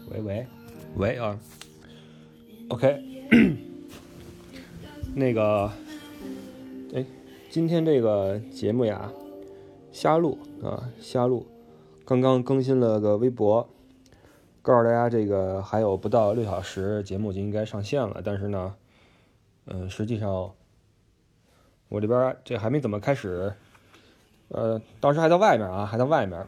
喂啊 ，OK， 那个，今天这个节目呀，瞎录，刚刚更新了个微博，告诉大家这个还有不到6小时节目就应该上线了，但是呢，实际上我这边这还没怎么开始，当时还在外面，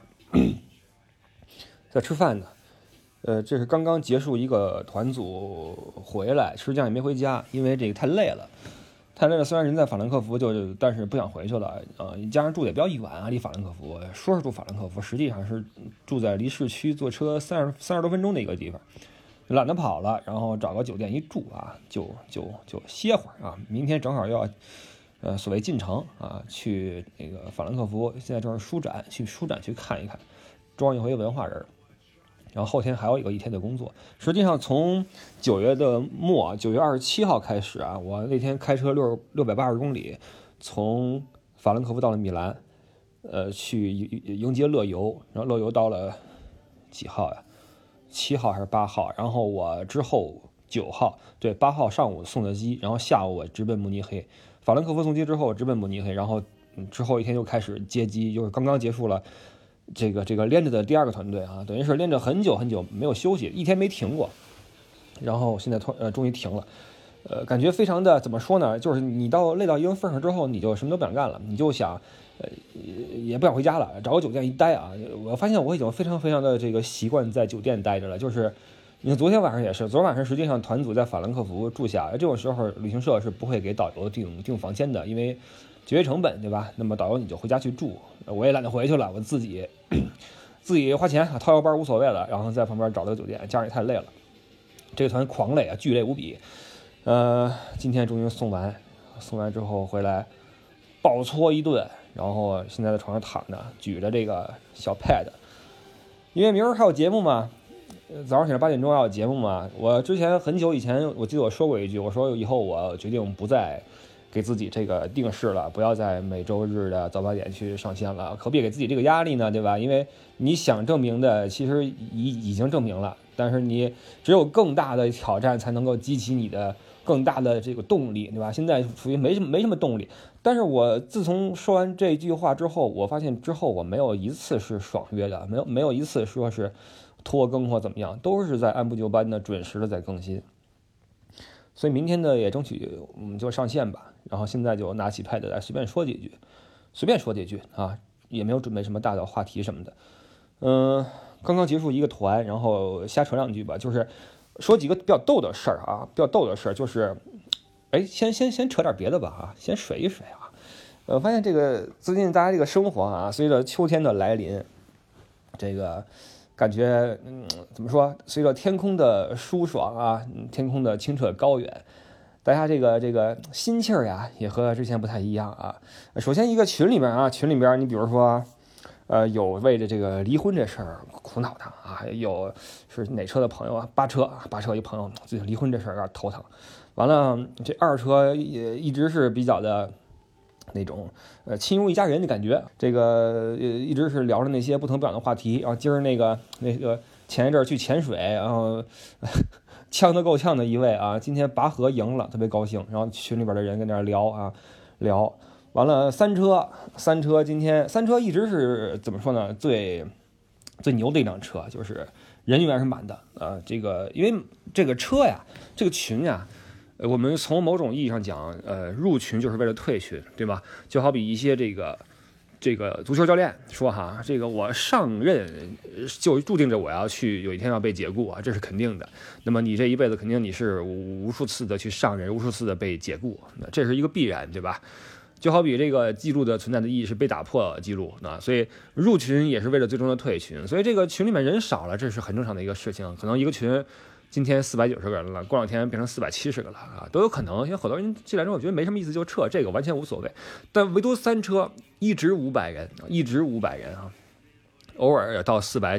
在吃饭呢。这是刚刚结束一个团组回来，实际上也没回家，因为这个太累了。虽然人在法兰克福，但是不想回去了加上住的也比较远啊，离法兰克福，说是住法兰克福，实际上是住在离市区坐车30多分钟的一个地方，懒得跑了，然后找个酒店一住啊，就歇会儿啊。明天正好要所谓进城啊，去那个法兰克福，现在正是书展去看一看，装一回文化人。然后后天还有一天的工作。实际上从9月的末，9月27号开始啊，我那天开车680公里，从法兰克福到了米兰，去迎接乐游，然后乐游到了几号呀？7号还是8号？然后我之后9号，对，8号上午送的机，然后下午我直奔慕尼黑。法兰克福送机之后直奔慕尼黑，然后之后一天就开始接机，就是刚刚结束了。这个连着的第2个团队啊，等于是连着很久没有休息，一天没停过，然后现在终于停了，感觉非常的怎么说呢？就是你累到一定份上之后，你就什么都不想干了，你就想，也不想回家了，找个酒店一待啊。我发现我已经非常的这个习惯在酒店待着了，就是你看昨天晚上也是，昨天晚上实际上团组在法兰克福住下，这种时候旅行社是不会给导游订房间的，因为节约成本，对吧？那么导游你就回家去住，我也懒得回去了，我自己花钱掏腰包无所谓了，然后在旁边找了个酒店，家人也太累了，这个团狂累啊，巨累无比。今天终于送完之后回来暴搓一顿，然后现在在床上躺着，举着这个小 pad， 因为明儿还有节目嘛，早上起来8点钟要有节目嘛。我之前很久以前，我记得我说过一句，我说以后我决定不再给自己这个定式了，不要在每周日的早8点去上线了，何必给自己这个压力呢，对吧？因为你想证明的其实已经证明了，但是你只有更大的挑战才能够激起你的更大的这个动力，对吧？现在属于没什么动力。但是我自从说完这句话之后，我发现之后我没有一次是爽约的，没有一次说是拖更或怎么样，都是在按部就班的准时的在更新。所以明天呢也争取我们就上线吧，然后现在就拿起 pad 来随便说几句啊，也没有准备什么大的话题什么的。刚刚结束一个团，然后瞎扯2句吧，就是说几个比较逗的事儿啊，就是，先扯点别的吧啊，先水一水啊。发现这个最近大家这个生活啊，随着秋天的来临，这个感觉怎么说？随着天空的舒爽啊，天空的清澈高远，大家这个心气儿呀，也和之前不太一样啊。首先一个群里边你比如说，有为着这个离婚这事儿苦恼的啊，有是哪车的朋友啊，八车一朋友最近离婚这事儿有点头疼。完了，这2车也一直是比较的那种亲如一家人的感觉，这个一直是聊着那些不疼不痒的话题。然后今儿那个前一阵去潜水，然后呛得够呛的一位啊，今天拔河赢了，特别高兴。然后群里边的人跟那聊，完了3车今天3车一直是怎么说呢？最牛的一辆车，就是人永远是满的这个因为这个车呀，这个群呀。我们从某种意义上讲，入群就是为了退群，对吧？就好比一些这个足球教练说哈，这个我上任就注定着我要去有一天要被解雇啊，这是肯定的。那么你这一辈子肯定你是无数次的去上任，无数次的被解雇，那这是一个必然，对吧？就好比这个记录的存在的意义是被打破记录啊，所以入群也是为了最终的退群。所以这个群里面人少了，这是很正常的一个事情，可能一个群。今天490个人了，过2天变成470个了啊，都有可能。因为好多人进来之后觉得没什么意思就撤，这个完全无所谓。但唯独3车一直500人啊，偶尔也到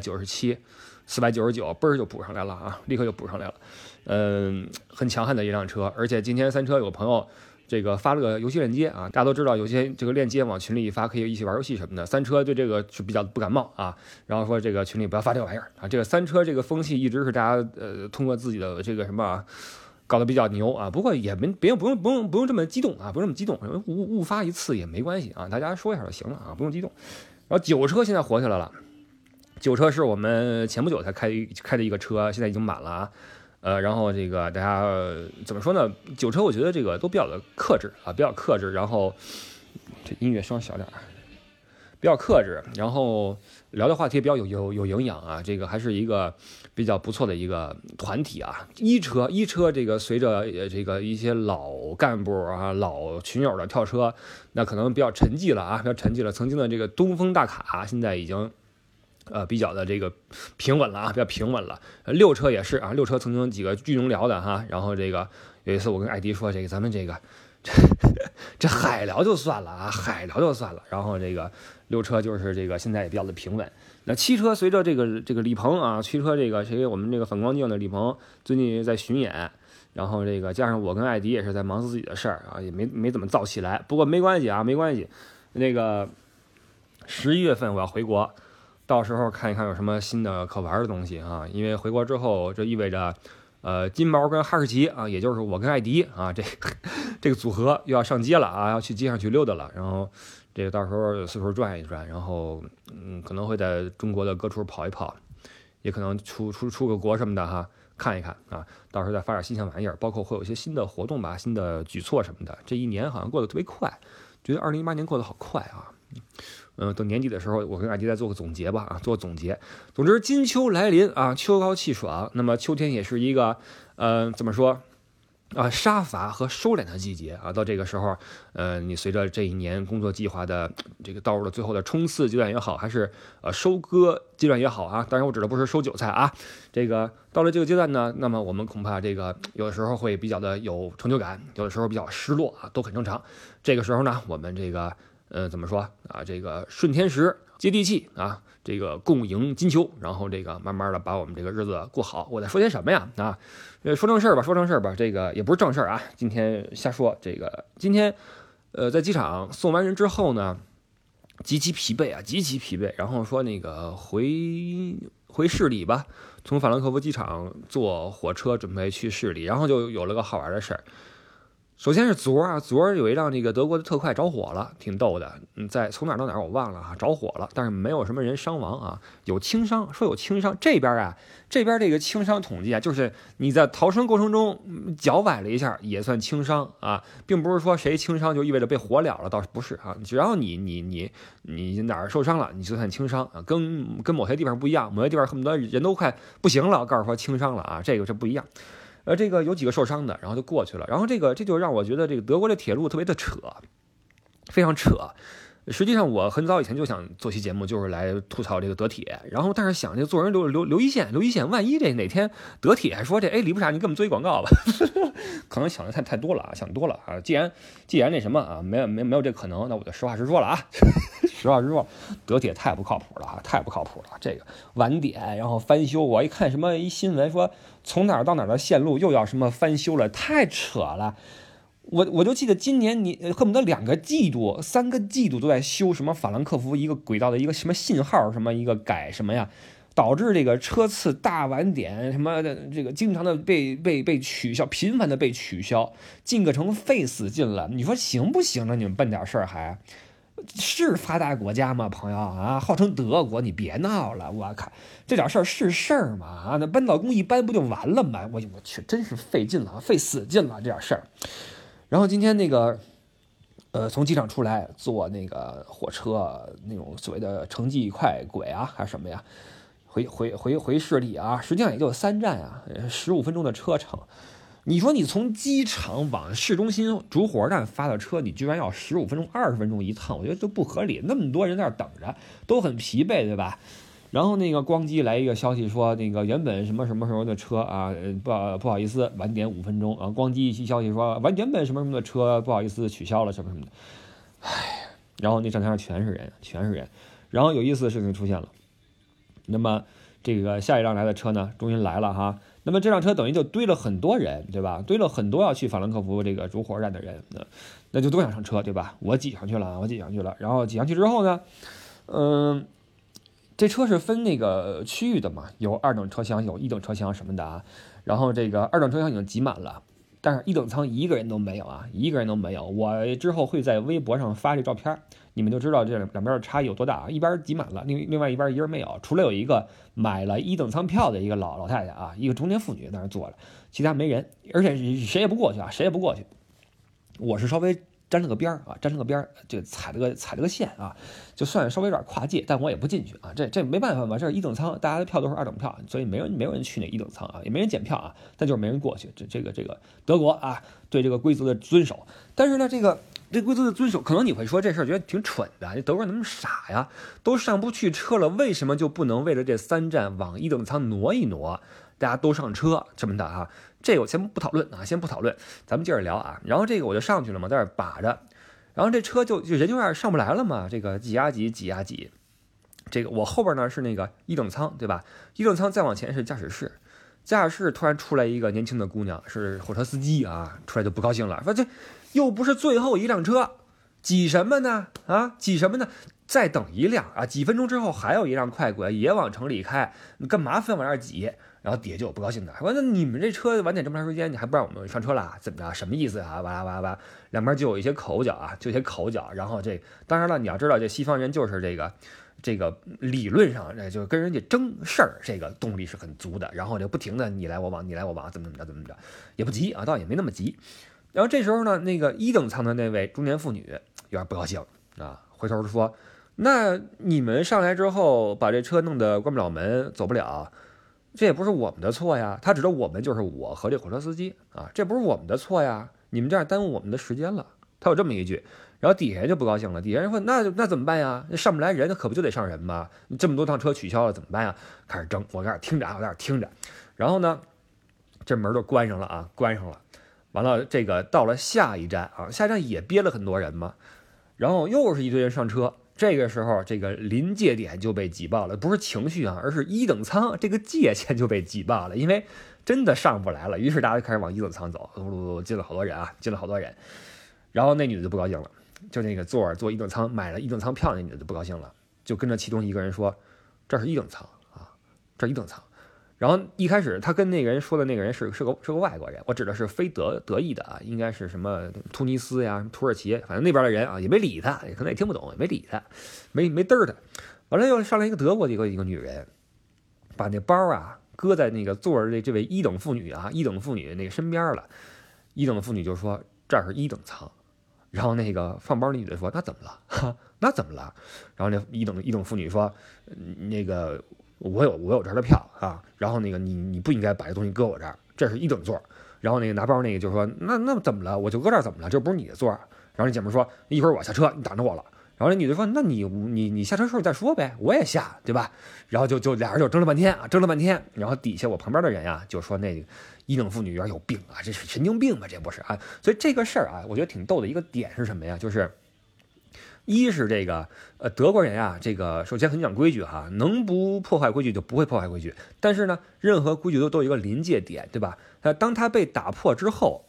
497、499，嘣儿就补上来了啊，立刻就补上来了。很强悍的一辆车，而且今天3车有个朋友这个发了个游戏链接啊，大家都知道有些这个链接往群里一发可以一起玩游戏什么的，三车对这个是比较不感冒啊，然后说这个群里不要发这个玩意儿啊，这个三车这个风气一直是大家通过自己的这个什么搞得比较牛啊，不过也不用这么激动啊，不用这么激动，误发一次也没关系啊，大家说一下就行了啊，不用激动。然后酒车现在火起来了，酒车是我们前不久才开的一个车，现在已经满了啊。然后这个大家怎么说呢？酒车我觉得这个都比较的克制啊，比较克制。然后这音乐声小点，比较克制。然后聊的话题比较有营养啊，这个还是一个比较不错的一个团体啊。一车这个随着这个一些老干部啊、老群友的跳车，那可能比较沉寂了啊，比较沉寂了。曾经的这个东风大卡现在已经。比较的这个平稳了啊，比较平稳了。六车也是啊，六车曾经几个巨龙聊的哈，然后这个有一次我跟艾迪说，这个咱们这海聊就算了啊，海聊就算了。然后这个六车就是这个现在也比较的平稳。那七车随着这个李鹏啊，七车这个谁我们这个反光镜的李鹏最近在巡演，然后这个加上我跟艾迪也是在忙自己的事儿啊，也没怎么造起来。不过没关系啊，没关系。那个11月份我要回国。到时候看一看有什么新的可玩的东西啊！因为回国之后，这意味着，金毛跟哈士奇啊，也就是我跟艾迪啊，这个组合又要上街了啊，要去街上去溜达了。然后这个到时候四处转一转，然后可能会在中国的各处跑一跑，也可能出个国什么的哈，看一看啊。到时候再发点新鲜玩意儿，包括会有一些新的活动吧，新的举措什么的。这一年好像过得特别快，觉得2018年过得好快啊。等年底的时候，我跟艾迪再做个总结吧啊，做个总结。总之，金秋来临啊，秋高气爽。那么秋天也是一个怎么说啊，杀伐和收敛的季节啊。到这个时候，你随着这一年工作计划的这个到入了最后的冲刺阶段也好，还是收割阶段也好啊。当然，我指的不是收韭菜啊。这个到了这个阶段呢，那么我们恐怕这个有的时候会比较的有成就感，有的时候比较失落啊，都很正常。这个时候呢，我们这个。怎么说啊？这个顺天时接地气啊，这个共迎金秋，然后这个慢慢的把我们这个日子过好。我在说些什么呀？啊，说正事儿吧，这个也不是正事儿啊。今天瞎说，这个今天在机场送完人之后呢，极其疲惫。然后说那个回市里吧，从法兰克福机场坐火车准备去市里，然后就有了个好玩的事儿。首先是昨儿有一辆这个德国的特快着火了，挺逗的。在从哪儿到哪儿我忘了啊，着火了，但是没有什么人伤亡啊，有轻伤，说有轻伤。这边这个轻伤统计啊，就是你在逃生过程中脚崴了一下也算轻伤啊，并不是说谁轻伤就意味着被火燎了，倒是不是啊。只要你哪儿受伤了，你就算轻伤啊，跟某些地方不一样，某些地方恨不得人都快不行了，告诉说轻伤了啊，这不一样。这个有几个受伤的，然后就过去了。然后这就让我觉得这个德国的铁路特别的扯，非常扯。实际上我很早以前就想做期节目，就是来吐槽这个德铁。然后但是想这做人留一线，万一这哪天德铁还说李不傻你给我们做一广告吧，可能想的太多了啊，想多了啊。既然那什么啊，没有这可能，那我就实话实说了啊。实话实说，德铁太不靠谱了啊，太不靠谱了。这个晚点，然后翻修，我一看什么一新闻说从哪儿到哪儿的线路又要什么翻修了，太扯了。我就记得今年你恨不得2个季度、3个季度都在修什么法兰克福一个轨道的一个什么信号，什么一个改什么呀，导致这个车次大晚点什么的，这个经常的被取消，频繁的被取消，进个城费死劲了。你说行不行呢？你们办点事儿还是发达国家吗？朋友啊，号称德国，你别闹了！我靠，这点事儿是事儿吗？啊，那扳倒工一搬不就完了吗？我去，真是费劲了，费死劲了这点事儿。然后今天那个，从机场出来坐那个火车，那种所谓的城际快轨啊，还是什么呀？回市里啊，实际上也就3站啊，15分钟的车程。你说你从机场往市中心主火车站发的车，你居然要15分钟、20分钟一趟，我觉得都不合理。那么多人在那等着，都很疲惫，对吧？然后那个咣叽来一个消息说，那个原本什么什么什么的车啊，不好意思，晚点5分钟啊。咣叽一消息说，原本什么什么的车不好意思取消了什么什么的。唉，然后那站台上全是人。然后有意思的事情出现了，那么这个下一辆来的车呢，终于来了哈。那么这辆车等于就堆了很多人，对吧？堆了很多要去法兰克福这个主火车站的人，那就都想上车，对吧？我挤上去了，然后挤上去之后呢，这车是分那个区域的嘛，有2等车厢，有1等车厢什么的啊。然后这个2等车厢已经挤满了，但是1等舱一个人都没有啊，一个人都没有。我之后会在微博上发这照片，你们就知道这两边的差异有多大啊。一边挤满了，另外一边一人没有，除了有一个买了1等舱票的一个老太太啊，一个中年妇女在那坐着，其他没人，而且谁也不过去啊，谁也不过去。我是稍微沾了个边啊，这踩了个线啊，就算稍微有点跨界，但我也不进去啊，这没办法嘛，这是1等舱，大家的票都是2等票，所以没有人去那1等舱啊，也没人检票啊，但就是没人过去。这个德国啊，对这个规则的遵守，但是呢，这规则的遵守，可能你会说这事儿觉得挺蠢的，这德国人那么傻呀，都上不去车了，为什么就不能为了这3站往1等舱挪一挪？大家都上车什么的啊，这个我先不讨论啊，咱们接着聊啊。然后这个我就上去了嘛，在这把着，然后这车就人有点上不来了嘛，这个挤呀挤。这个我后边呢是那个1等舱，对吧？1等舱再往前是驾驶室突然出来一个年轻的姑娘，是火车司机啊，出来就不高兴了，说这又不是最后一辆车，挤什么呢？再等一辆啊，几分钟之后还有一辆快轨也往城里开，你干嘛非往那儿挤？然后底下就有不高兴的，说那你们这车晚点这么长时间，你还不让我们上车了？怎么着？什么意思啊？哇啦哇啦，两边就有一些口角啊，然后当然了，你要知道，这西方人就是这个理论上，就跟人家争事儿，这个动力是很足的。然后就不停的你来我往，怎么着，也不急啊，倒也没那么急。然后这时候呢，那个1等舱的那位中年妇女有点不高兴啊，回头说：“那你们上来之后把这车弄得关不了门，走不了。”这也不是我们的错呀，他指的我们就是我和这火车司机啊，这不是我们的错呀，你们这样耽误我们的时间了。他有这么一句，然后底下人就不高兴了，底下人说那怎么办呀？上不来人，那可不就得上人吗？这么多趟车取消了怎么办呀？开始争，我在那儿听着，然后呢，这门就关上了，完了这个到了下一站啊，下一站也憋了很多人嘛，然后又是一堆人上车。这个时候，这个临界点就被挤爆了，不是情绪啊，而是1等舱这个界限就被挤爆了，因为真的上不来了。于是大家就开始往1等舱走，进了好多人，然后那女的就不高兴了，就那个坐1等舱买了1等舱票那女的就不高兴了，就跟着其中一个人说：“这是1等舱啊，这是1等舱。”然后一开始他跟那个人说的那个人是个外国人，我指的是非德裔的啊，应该是什么突尼斯呀、土耳其，反正那边的人啊，也没理他，可能也听不懂，也没理他，没嘚儿他。完了又上来一个德国的一个女人，把那包啊搁在那个坐着的这位1等妇女那个身边了。1等妇女就说这是1等舱，然后那个放包的女的说那怎么了？那怎么了？然后那一等妇女说那个。我有这儿的票啊，然后那个你不应该把这东西搁我这儿，这是1等座。然后那个拿包那个就说那怎么了？我就搁这儿怎么了？这不是你的座。然后那姐们说一会儿我下车，你挡着我了。然后那女的说那你下车时候再说呗，我也下，对吧？然后就俩人就争了半天。然后底下我旁边的人啊就说那个1等妇女有点有病啊，这是神经病吧？这不是啊？所以这个事儿啊，我觉得挺逗的一个点是什么呀？就是一是这个德国人啊，这个首先很讲规矩哈，能不破坏规矩就不会破坏规矩。但是呢，任何规矩都有一个临界点，对吧？当它被打破之后，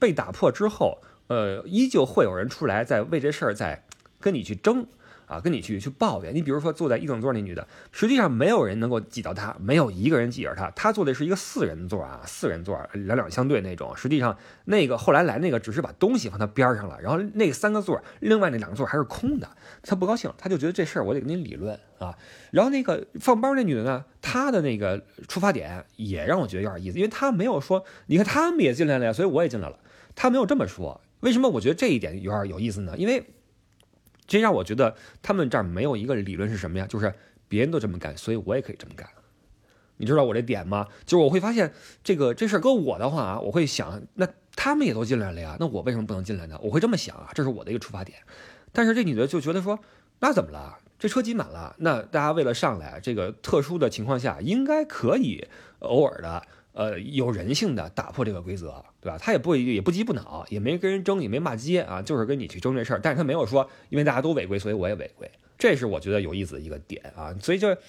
依旧会有人出来在为这事儿在跟你去争啊，跟你去抱怨。你比如说坐在1等座那女的，实际上没有人能够挤到她，没有一个人挤着她，她坐的是一个4人座啊，4人座两相对那种。实际上那个后来来那个只是把东西放她边上了，然后那3个座，另外那2个座还是空的。她不高兴，她就觉得这事儿我得跟你理论啊。然后那个放包那女的呢，她的那个出发点也让我觉得有点意思，因为她没有说，你看他们也进来了呀，所以我也进来了，她没有这么说。为什么我觉得这一点有点有意思呢？因为这让我觉得他们这儿没有一个理论是什么呀？就是别人都这么干，所以我也可以这么干。你知道我这点吗？就是我会发现这事儿搁我的话啊，我会想，那他们也都进来了呀，那我为什么不能进来呢？我会这么想啊，这是我的一个出发点。但是这女的就觉得说，那怎么了？这车挤满了，那大家为了上来，这个特殊的情况下，应该可以偶尔的。有人性的打破这个规则，对吧？他也不急不恼，也没跟人争，也没骂街啊，就是跟你去争这事儿。但是他没有说，因为大家都违规，所以我也违规。这是我觉得有意思的一个点啊。所以就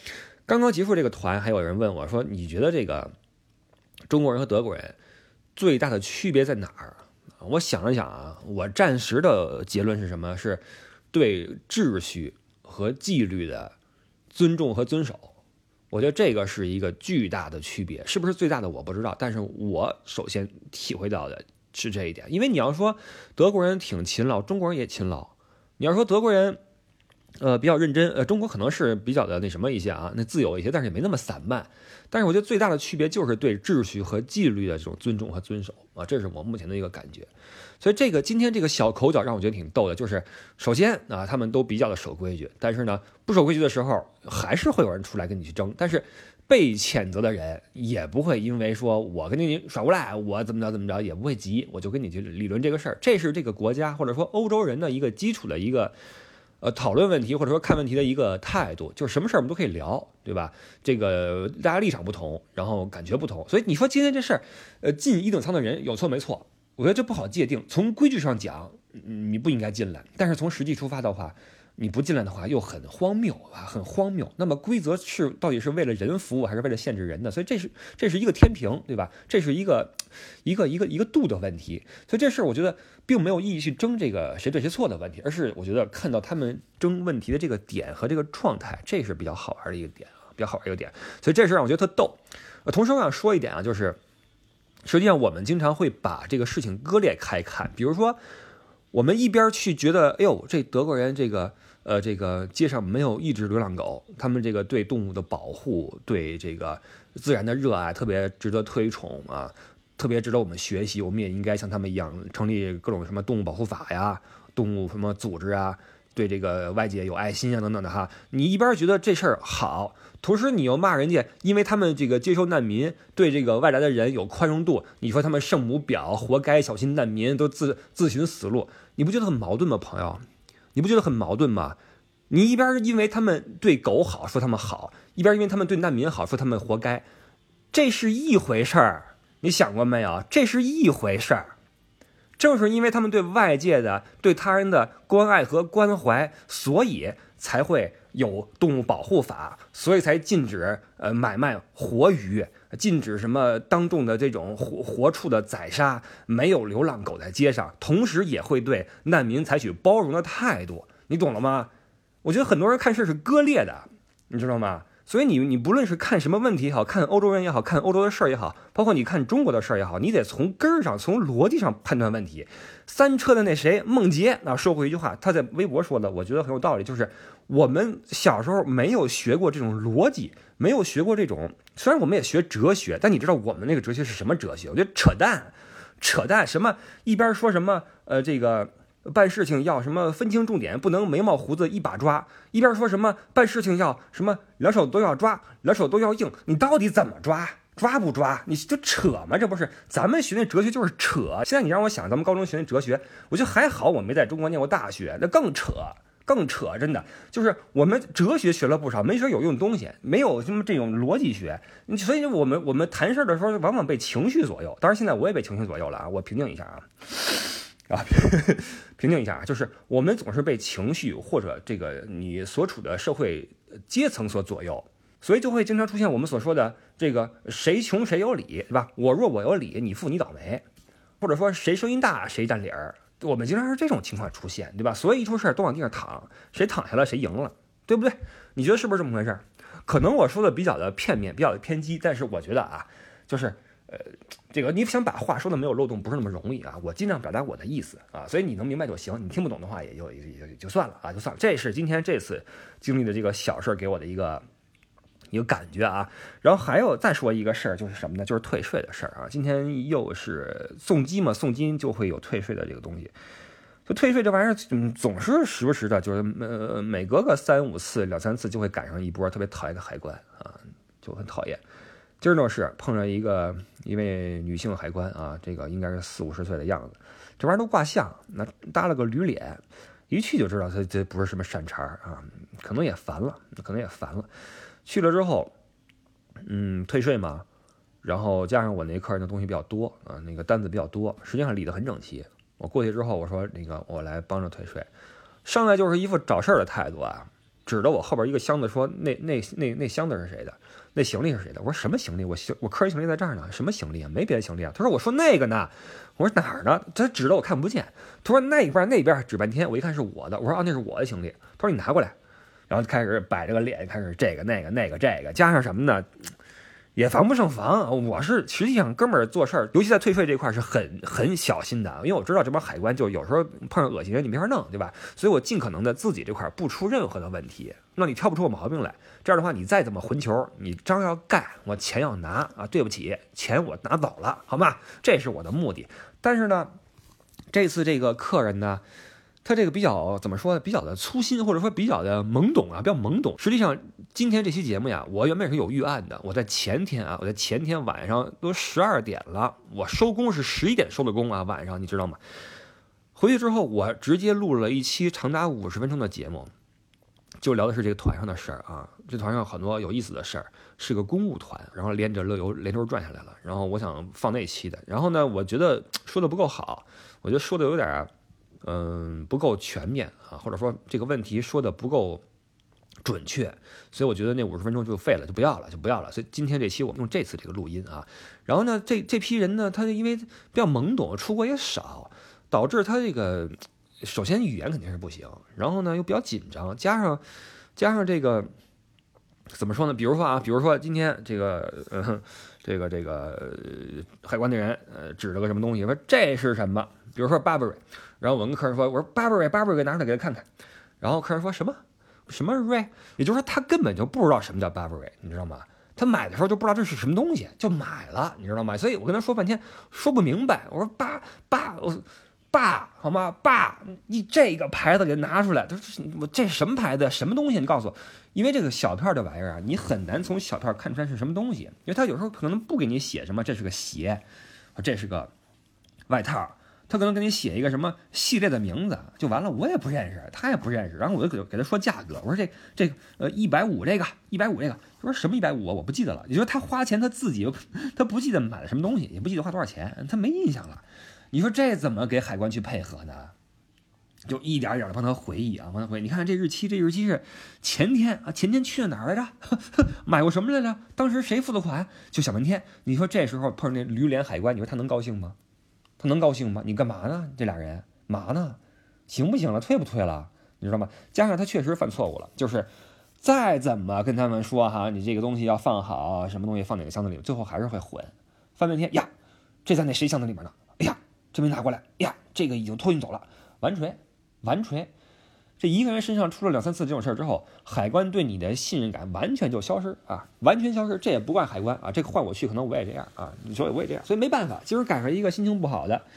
刚刚结束这个团，还有人问我说，你觉得这个中国人和德国人最大的区别在哪儿？我想了想啊，我暂时的结论是什么？是对秩序和纪律的尊重和遵守。我觉得这个是一个巨大的区别，是不是最大的我不知道，但是我首先体会到的是这一点。因为你要说德国人挺勤劳，中国人也勤劳；你要说德国人比较认真，中国可能是比较的那什么一些啊，那自由一些，但是也没那么散漫。但是我觉得最大的区别就是对秩序和纪律的这种尊重和遵守啊，这是我目前的一个感觉。所以今天这个小口角让我觉得挺逗的，就是首先啊，他们都比较的守规矩，但是呢，不守规矩的时候，还是会有人出来跟你去争。但是被谴责的人也不会因为说我跟你耍无赖，我怎么着也不会急，我就跟你去理论这个事儿。这是这个国家或者说欧洲人的一个基础的一个讨论问题或者说看问题的一个态度，就是什么事儿我们都可以聊，对吧？这个大家立场不同，然后感觉不同，所以你说今天这事儿，进一等舱的人有错没错？我觉得这不好界定。从规矩上讲，你不应该进来，但是从实际出发的话，你不进来的话又很荒谬啊，很荒谬。那么规则到底是为了人服务还是为了限制人的？所以这是一个天平，对吧？这是一个度的问题。所以这事我觉得并没有意义去争这个谁对谁错的问题，而是我觉得看到他们争问题的这个点和这个状态，这是比较好玩的一个点啊，比较好玩的一个点。所以这事让我觉得特逗。同时我想说一点啊，就是实际上我们经常会把这个事情割裂开看，比如说我们一边去觉得，哎呦，这德国人这个街上没有一只流浪狗，他们这个对动物的保护，对这个自然的热爱特别值得推崇啊，特别值得我们学习，我们也应该像他们一样成立各种什么动物保护法呀，动物什么组织啊，对这个外界有爱心啊等等的哈。你一边觉得这事儿好，同时你又骂人家，因为他们这个接收难民，对这个外来的人有宽容度，你说他们圣母婊，活该，小心难民，都自寻死路，你不觉得很矛盾吗，朋友？你不觉得很矛盾吗？你一边因为他们对狗好说他们好，一边因为他们对难民好说他们活该，这是一回事儿。你想过没有？这是一回事儿。正是因为他们对外界的、对他人的关爱和关怀，所以才会有动物保护法，所以才禁止买卖活鱼，禁止什么当众的这种活畜的宰杀，没有流浪狗在街上，同时也会对难民采取包容的态度。你懂了吗？我觉得很多人看事是割裂的，你知道吗？所以你不论是看什么问题也好，看欧洲人也好，看欧洲的事儿也好，包括你看中国的事儿也好，你得从根儿上、从逻辑上判断问题。三车的那谁孟杰啊，说过一句话，他在微博说的，我觉得很有道理，就是我们小时候没有学过这种逻辑，没有学过这种，虽然我们也学哲学，但你知道我们那个哲学是什么哲学？我觉得扯淡，什么一边说什么这个办事情要什么分清重点，不能眉毛胡子一把抓，一边说什么办事情要什么两手都要抓，两手都要硬，你到底怎么抓？抓不抓？你就扯嘛，这不是咱们学那哲学就是扯。现在你让我想咱们高中学那哲学，我觉得还好我没在中国念过大学，那更扯，真的就是我们哲学学了不少，没学有用的东西，没有什么这种逻辑学，所以我们谈事的时候往往被情绪左右。当然现在我也被情绪左右了啊，我平静一下啊，平静一下，就是我们总是被情绪或者这个你所处的社会阶层所左右，所以就会经常出现我们所说的这个谁穷谁有理，对吧？我弱我有理，你富你倒霉，或者说谁声音大谁占理儿，我们经常是这种情况出现，对吧？所以一出事都往地上躺，谁躺下了谁赢了，对不对？你觉得是不是这么回事？可能我说的比较的片面，比较的偏激，但是我觉得啊，就是这个你想把话说的没有漏洞不是那么容易啊，我尽量表达我的意思啊，所以你能明白就行，你听不懂的话也就算了啊，就算了。这是今天这次经历的这个小事给我的一个感觉啊。然后还有再说一个事儿，就是什么呢？就是退税的事儿啊。今天又是送机嘛，送金就会有退税的这个东西。就退税这玩意儿，总是时不时的，就是每隔个3、5次、2、3次就会赶上一波特别讨厌的海关啊，就很讨厌。今儿就是碰上一位女性海关啊，这个应该是40、50岁的样子，这玩意儿都挂相，那搭了个驴脸，一去就知道他这不是什么善茬啊，可能也烦了。去了之后，退税嘛，然后加上我那客人的东西比较多啊，那个单子比较多，实际上理得很整齐。我过去之后，我说那个我来帮着退税，上来就是一副找事儿的态度啊， 指着我后边一个箱子说那箱子是谁的，那行李是谁的？我说什么行李？我客人行李在这儿呢，什么行李啊？没别的行李啊。他说我说那个呢，我说哪儿呢？他指着我看不见，他说那边指半天，我一看是我的，我说啊那是我的行李，他说你拿过来，然后开始摆着个脸，开始这个那个这个，加上什么呢？也防不胜防。我是实际上哥们儿做事儿，尤其在退税这块是很小心的，因为我知道这帮海关就有时候碰上恶心人你没法弄，对吧？所以我尽可能的自己这块不出任何的问题，让你挑不出个毛病来。这样的话，你再怎么混球，你章要干，我钱要拿啊！对不起，钱我拿走了，好吗？这是我的目的。但是呢，这次这个客人呢，他这个比较怎么说呢？比较的粗心，或者说比较的懵懂啊，比较懵懂。实际上，今天这期节目呀，我原本是有预案的。我在前天晚上都12点了，我收工是11点收的工啊，晚上你知道吗？回去之后，我直接录了一期长达50分钟的节目，就聊的是这个团上的事儿啊。这团上有很多有意思的事儿，是个公务团，然后连着连轴转下来了。然后我想放那期的，然后呢，我觉得说的不够好，我觉得说的有点不够全面啊，或者说这个问题说的不够准确，所以我觉得那50分钟就废了，就不要了。所以今天这期我们用这次这个录音啊，然后呢，这批人呢，他因为比较懵懂，出国也少，导致他这个首先语言肯定是不行，然后呢又比较紧张，加上这个怎么说呢？比如说今天这个海关的人指了个什么东西，说这是什么？比如说 Burberry， 然后我跟客人说，我说 Burberry 给拿出来给他看看，然后客人说什么 Ray， 也就是说他根本就不知道什么叫 Burberry， 你知道吗？他买的时候就不知道这是什么东西，就买了，你知道吗？所以我跟他说半天说不明白，我说爸，好吗？爸，你这个牌子给拿出来。他说我这什么牌子？什么东西？你告诉我。因为这个小片的玩意儿啊，你很难从小片看出来是什么东西，因为他有时候可能不给你写什么，这是个鞋，这是个外套，他可能给你写一个什么系列的名字，就完了。我也不认识，他也不认识，然后我就给他说价格，我说这150这个150这个，他说什么150我不记得了。你说他花钱他自己他不记得买了什么东西，也不记得花多少钱，他没印象了。你说这怎么给海关去配合呢？就一点一点的帮他回忆啊，帮他回忆。你看这日期是前天啊，前天去了哪儿来着？买过什么来着？当时谁付的款？就想半天。你说这时候碰上那驴脸海关，你说他能高兴吗？你干嘛呢？这俩人嘛呢？行不行了？退不退了？你知道吗？加上他确实犯错误了，就是再怎么跟他们说哈，你这个东西要放好，什么东西放哪个箱子里，最后还是会混。翻半天呀，这在那谁箱子里面呢？哎呀，这没拿过来。哎呀，这个已经托运走了。完锤，这一个人身上出了2、3次这种事儿之后，海关对你的信任感完全就消失啊，完全消失。这也不怪海关啊，这个换我去可能我也这样啊，你说我也这样，所以没办法。今儿赶上一个心情不好的，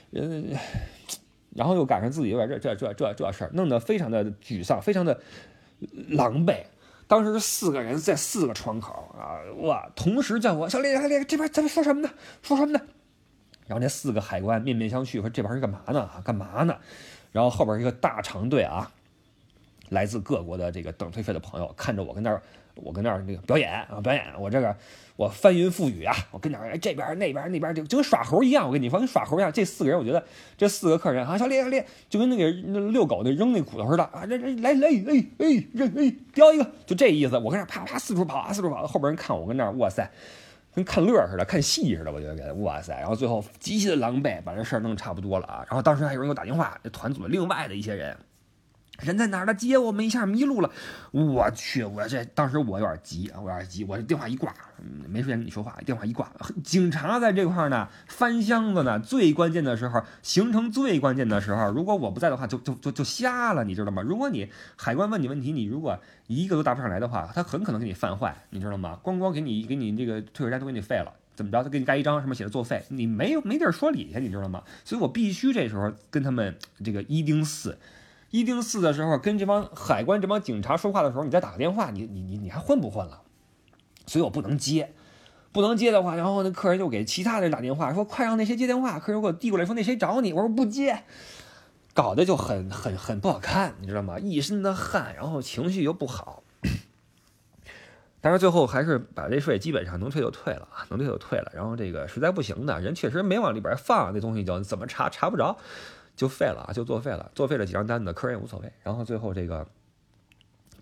然后又赶上自己有点这事儿，弄得非常的沮丧，非常的狼狈。当时4个人在4个窗口啊，哇，同时叫我小李，这边咱们说什么呢？然后那4个海关面面相觑，说这边是干嘛呢？然后后边一个大长队啊，来自各国的这个等退费的朋友，看着我跟那儿那个表演，我翻云覆雨啊，我跟那儿这边那边就跟耍猴一样，我跟你说跟耍猴一样。这4个人，我觉得这4个客人啊，小李就跟那个遛狗那扔那骨头似的啊，来叼一个，就这意思。我跟那儿啪四处跑，后边人看我跟那儿，哇塞。跟看乐似的，看戏似的，我觉得哇塞！然后最后极其的狼狈，把这事儿弄差不多了啊。然后当时还有人给我打电话，这团组的另外的一些人在哪儿呢？接我们一下迷路了。我去，当时我有点急，我这电话一挂，没时间跟你说话，电话一挂，警察在这块呢，翻箱子呢，最关键的时候，行程最关键的时候，如果我不在的话，就瞎了，你知道吗？如果你海关问你问题，你如果一个都答不上来的话，他很可能给你犯坏，你知道吗？光给你这个退税单都给你废了，怎么着？他给你盖一张什么写的作废，你没地儿说理去，你知道吗？所以我必须这时候跟他们这个1盯4的时候，跟这帮海关这帮警察说话的时候，你再打个电话，你还混不混了？所以我不能接的话，然后那客人就给其他人打电话，说快让那谁接电话。客人给我递过来说那谁找你，我说不接，搞得就很不好看，你知道吗？一身的汗，然后情绪又不好。但是最后还是把这税基本上能退就退了。然后这个实在不行的人确实没往里边放，那东西就怎么查不着。就废了，就作废了几张单子，客人也无所谓。然后最后这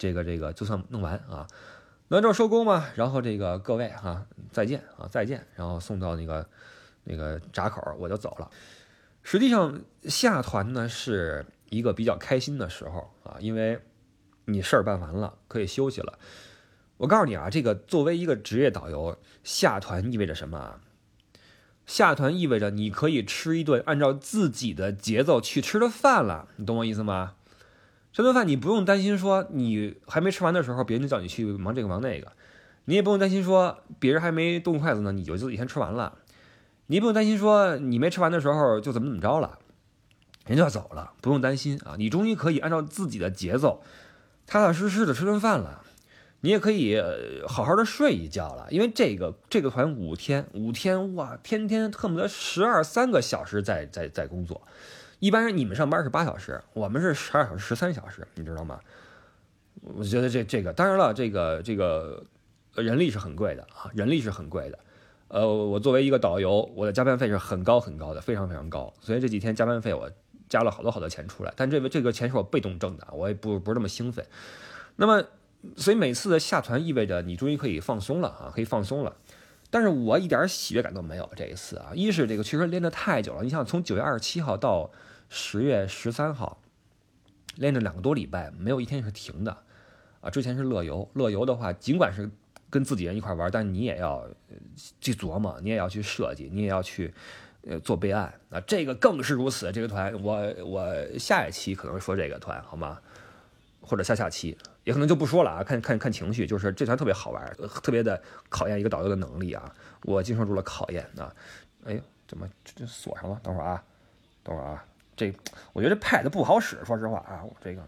这个就算弄完啊。弄完之后收工嘛，然后这个各位再见啊，再见，然后送到那个闸口，我就走了。实际上下团呢是一个比较开心的时候啊，因为你事儿办完了，可以休息了。我告诉你啊，这个作为一个职业导游，下团意味着什么啊？下团意味着你可以吃一顿按照自己的节奏去吃的饭了，你懂我意思吗？这顿饭你不用担心说你还没吃完的时候，别人就叫你去忙这个忙那个，你也不用担心说别人还没动筷子呢，你就自己先吃完了，你也不用担心说你没吃完的时候就怎么着了，人就要走了，不用担心啊，你终于可以按照自己的节奏，踏踏实实的吃顿饭了。你也可以好好的睡一觉了，因为这个团5天哇，天天恨不得3个小时在工作。一般人你们上班是8小时，我们是12小时13小时，你知道吗？我觉得这个当然了，这个人力是很贵的啊，人力是很贵的。我作为一个导游，我的加班费是很高的，非常非常高，所以这几天加班费我加了好多钱出来，但这个钱是我被动挣的，我也不是那么兴奋。那么所以每次的下团意味着你终于可以放松了啊，可以放松了。但是我一点喜悦感都没有这一次啊！一是这个确实练得太久了，你想从9月27号到10月13号，练了2个多礼拜，没有一天是停的啊！之前是乐游的话，尽管是跟自己人一块玩，但你也要去琢磨，你也要去设计，你也要去做备案啊！这个更是如此。这个团，我下一期可能会说这个团，好吗？或者下期也可能就不说了啊，看情绪。就是这团特别好玩，特别的考验一个导游的能力啊，我经受住了考验啊。哎呦，怎么这锁上了？等会儿啊，这我觉得这 pad 不好使，说实话啊，我这个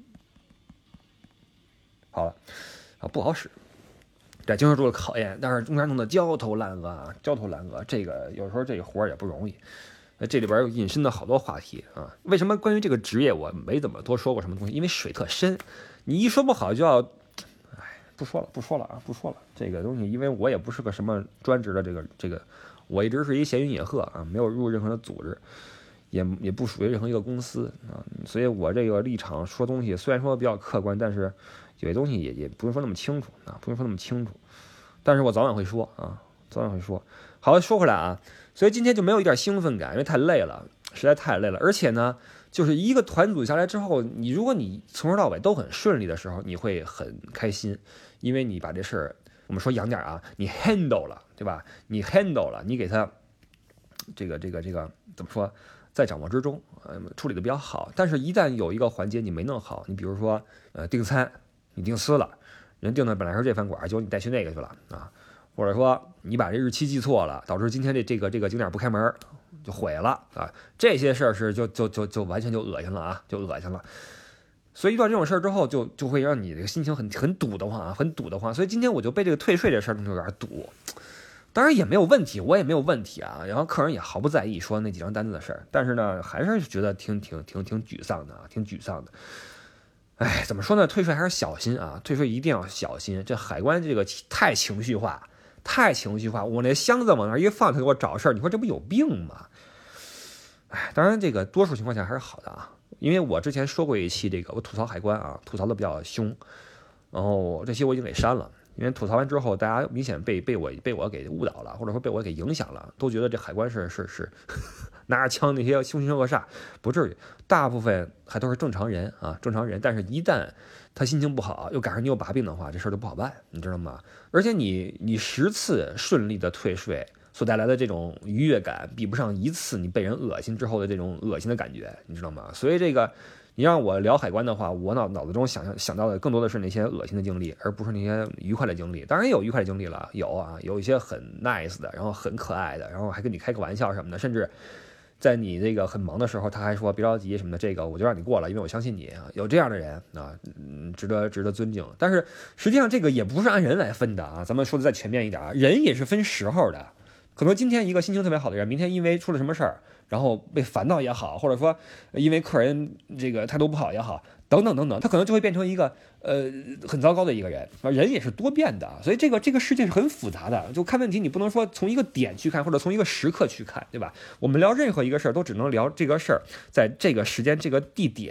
好了啊，不好使。对，经受住了考验，但是中间弄得焦头烂额，这个有时候这个活儿也不容易。这里边有引申的好多话题啊。为什么关于这个职业我没怎么多说过什么东西？因为水特深，你一说不好就要，不说了。这个东西，因为我也不是个什么专职的这个，我一直是一闲云野鹤啊，没有入任何的组织，也不属于任何一个公司啊，所以我这个立场说东西虽然说比较客观，但是有些东西也不用说那么清楚啊，但是我早晚会说啊，好，说回来啊。所以今天就没有一点兴奋感，因为太累了，实在太累了。而且呢，就是一个团组下来之后，如果你从头到尾都很顺利的时候，你会很开心，因为你把这事儿，我们说洋点啊，你 handle 了，对吧？你 handle 了，你给他这个怎么说，在掌握之中，处理的比较好。但是，一旦有一个环节你没弄好，你比如说订餐，你订私了，人订的本来是这饭馆，结果你带去那个去了啊。或者说你把这日期记错了，导致今天这个景点不开门，就毁了啊！这些事儿是就完全就恶心了啊，就恶心了。所以遇到这种事儿之后，就会让你这个心情很堵得慌啊，很堵得慌。所以今天我就被这个退税这事儿就有点堵。当然也没有问题，我也没有问题啊。然后客人也毫不在意说那几张单子的事儿，但是呢，还是觉得挺沮丧的啊，挺沮丧的。哎，怎么说呢？退税还是小心啊，退税一定要小心。这海关这个太情绪化。我那箱子往那一放，他给我找事儿，你说这不有病吗？哎，当然这个多数情况下还是好的啊，因为我之前说过一期这个我吐槽海关啊，吐槽的比较凶，然后这期我已经给删了，因为吐槽完之后，大家明显被我给误导了，或者说被我给影响了，都觉得这海关是拿着枪那些凶神恶煞，不至于，大部分还都是正常人啊，但是一旦他心情不好，又赶上你有把柄的话，这事儿就不好办，你知道吗？而且你10次顺利的退税所带来的这种愉悦感，比不上1次你被人恶心之后的这种恶心的感觉，你知道吗？所以这个你让我聊海关的话，我脑子中想到的更多的是那些恶心的经历，而不是那些愉快的经历。当然也有愉快的经历了，有一些很 nice 的，然后很可爱的，然后还跟你开个玩笑什么的，甚至在你这个很忙的时候，他还说别着急什么的，这个我就让你过了，因为我相信你啊。有这样的人啊，值得尊敬。但是实际上这个也不是按人来分的啊，咱们说的再全面一点啊，人也是分时候的。可能今天一个心情特别好的人，明天因为出了什么事儿，然后被烦到也好，或者说因为客人这个态度不好也好，等等，他可能就会变成一个很糟糕的一个人。人也是多变的，所以这个世界是很复杂的。就看问题，你不能说从一个点去看，或者从一个时刻去看，对吧？我们聊任何一个事儿，都只能聊这个事儿在这个时间、这个地点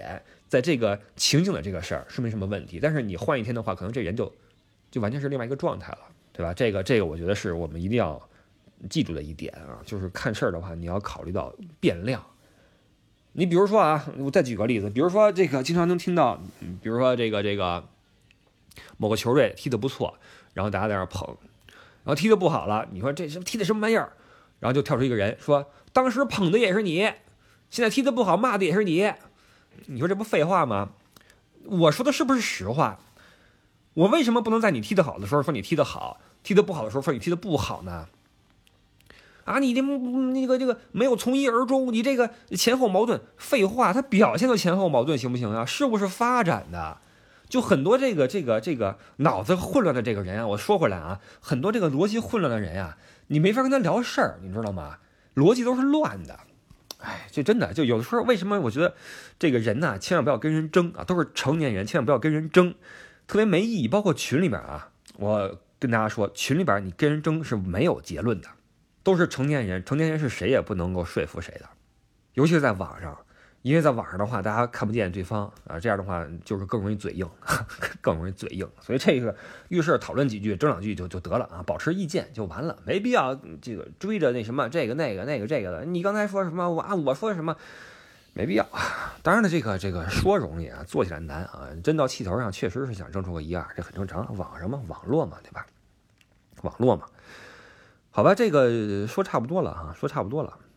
在这个情景的这个事儿是没什么问题，但是你换一天的话，可能这人就完全是另外一个状态了，对吧？这个我觉得是我们一定要记住的一点啊，就是看事儿的话，你要考虑到变量。你比如说啊，我再举个例子，比如说这个经常能听到，比如说这个某个球队踢得不错，然后大家在那儿捧，然后踢得不好了，你说这踢的什么玩意儿？然后就跳出一个人说，当时捧的也是你，现在踢得不好骂的也是你，你说这不废话吗？我说的是不是实话？我为什么不能在你踢得好的时候说你踢得好，踢得不好的时候说你踢得不好呢？啊，你这个没有从一而终，你这个前后矛盾，废话，他表现的前后矛盾行不行啊？是不是发展的？就很多这个脑子混乱的这个人啊，我说回来啊，很多这个逻辑混乱的人啊，你没法跟他聊事儿，你知道吗？逻辑都是乱的。哎，这真的就有的时候，为什么我觉得这个人呢，千万不要跟人争啊，都是成年人，千万不要跟人争，特别没意义。包括群里边啊，我跟大家说，群里边你跟人争是没有结论的。都是成年人，成年人是谁也不能够说服谁的，尤其是在网上，因为在网上的话，大家看不见对方啊，这样的话就是更容易嘴硬，更容易嘴硬。所以这个遇事讨论几句，争两句就得了啊，保持意见就完了，没必要这个追着那什么这个那个这个的。你刚才说什么？我说什么？没必要。当然了，这个说容易啊，做起来难啊。真到气头上，确实是想争出个一二，这很正常。网上嘛，网络嘛，对吧？网络嘛。好吧，这个说差不多了啊，说差不多了。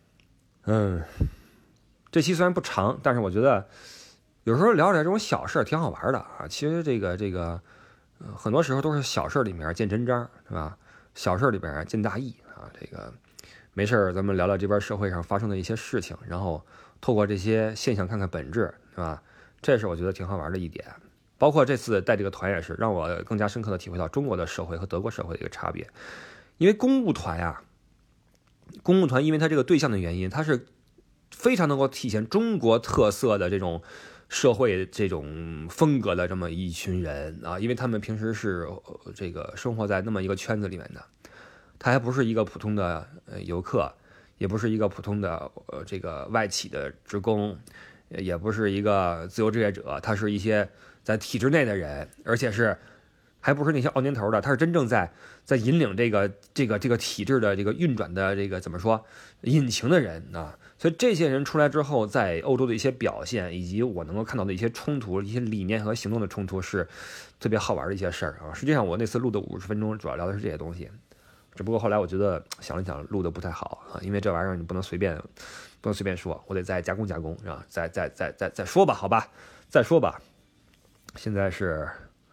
这期虽然不长，但是我觉得有时候聊点这种小事挺好玩的啊。其实这个很多时候都是小事里面见真章，是吧？小事里边见大义啊。这个没事咱们聊聊这边社会上发生的一些事情，然后透过这些现象看看本质，是吧？这是我觉得挺好玩的一点。包括这次带这个团也是让我更加深刻的体会到中国的社会和德国社会的一个差别。因为公务团啊，公务团因为它这个对象的原因，它是非常能够体现中国特色的这种社会这种风格的这么一群人啊，因为他们平时是这个生活在那么一个圈子里面的，他还不是一个普通的游客，也不是一个普通的这个外企的职工，也不是一个自由职业者，他是一些在体制内的人，而且是还不是那些熬年头的，他是真正在引领这个体制的这个运转的这个怎么说引擎的人啊。所以这些人出来之后，在欧洲的一些表现，以及我能够看到的一些冲突、一些理念和行动的冲突，是特别好玩的一些事儿啊。实际上我那次录的50分钟，主要聊的是这些东西，只不过后来我觉得想了想，录的不太好啊，因为这玩意儿你不能随便说，我得再加工加工，是吧？再说吧，好吧，再说吧。现在是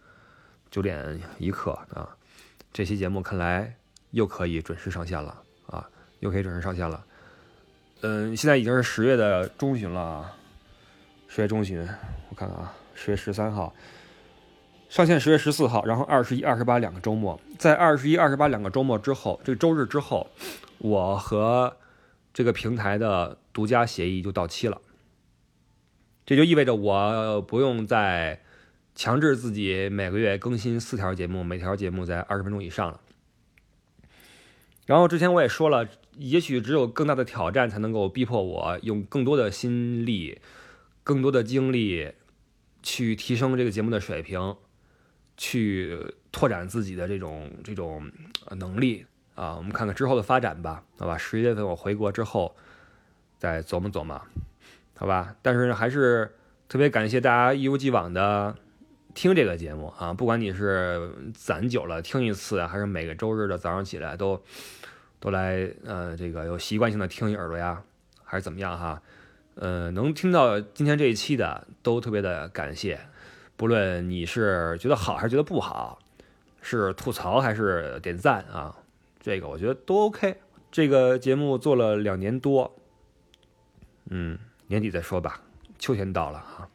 9点1刻啊，这期节目看来又可以准时上线了啊，又可以准时上线了。现在已经是10月的中旬了啊，10月中旬，我看看啊，10月13号上线，10月14号，然后21、28两个周末，在21、28两个周末之后，这个周日之后，我和这个平台的独家协议就到期了，这就意味着我不用再强制自己每个月更新4条节目，每条节目在20分钟以上了。然后之前我也说了，也许只有更大的挑战才能够逼迫我用更多的心力、更多的精力去提升这个节目的水平，去拓展自己的这种能力啊。我们看看之后的发展吧，好吧？11月份我回国之后再琢磨琢磨，好吧？但是还是特别感谢大家一如既往的听这个节目啊，不管你是攒久了听一次，还是每个周日的早上起来都来这个有习惯性的听一耳朵呀，还是怎么样哈？能听到今天这一期的都特别的感谢，不论你是觉得好还是觉得不好，是吐槽还是点赞啊，这个我觉得都 OK。这个节目做了2年多，年底再说吧，秋天到了啊。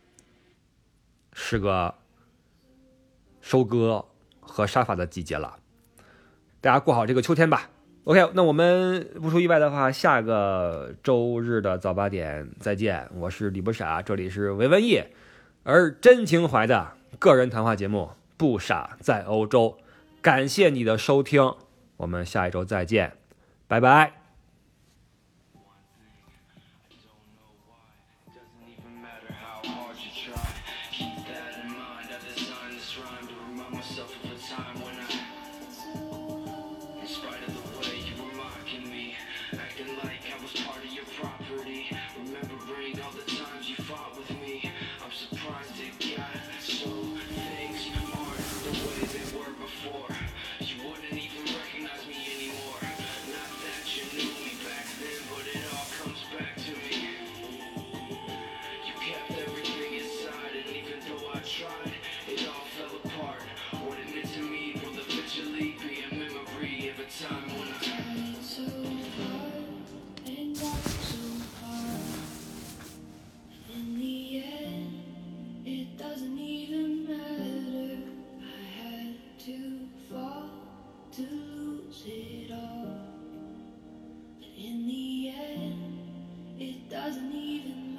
是个收割和杀伐的季节了，大家过好这个秋天吧。OK， 那我们不出意外的话，下个周日的早8点再见。我是李不傻，这里是维文艺，而真情怀的个人谈话节目《不傻在欧洲》。感谢你的收听，我们下一周再见，拜拜。 tried, it all fell apart. What it meant to me will eventually be a memory of a time when I tried so hard and got so far. In the end, it doesn't even matter. I had to fall to lose it all. But in the end, it doesn't even matter.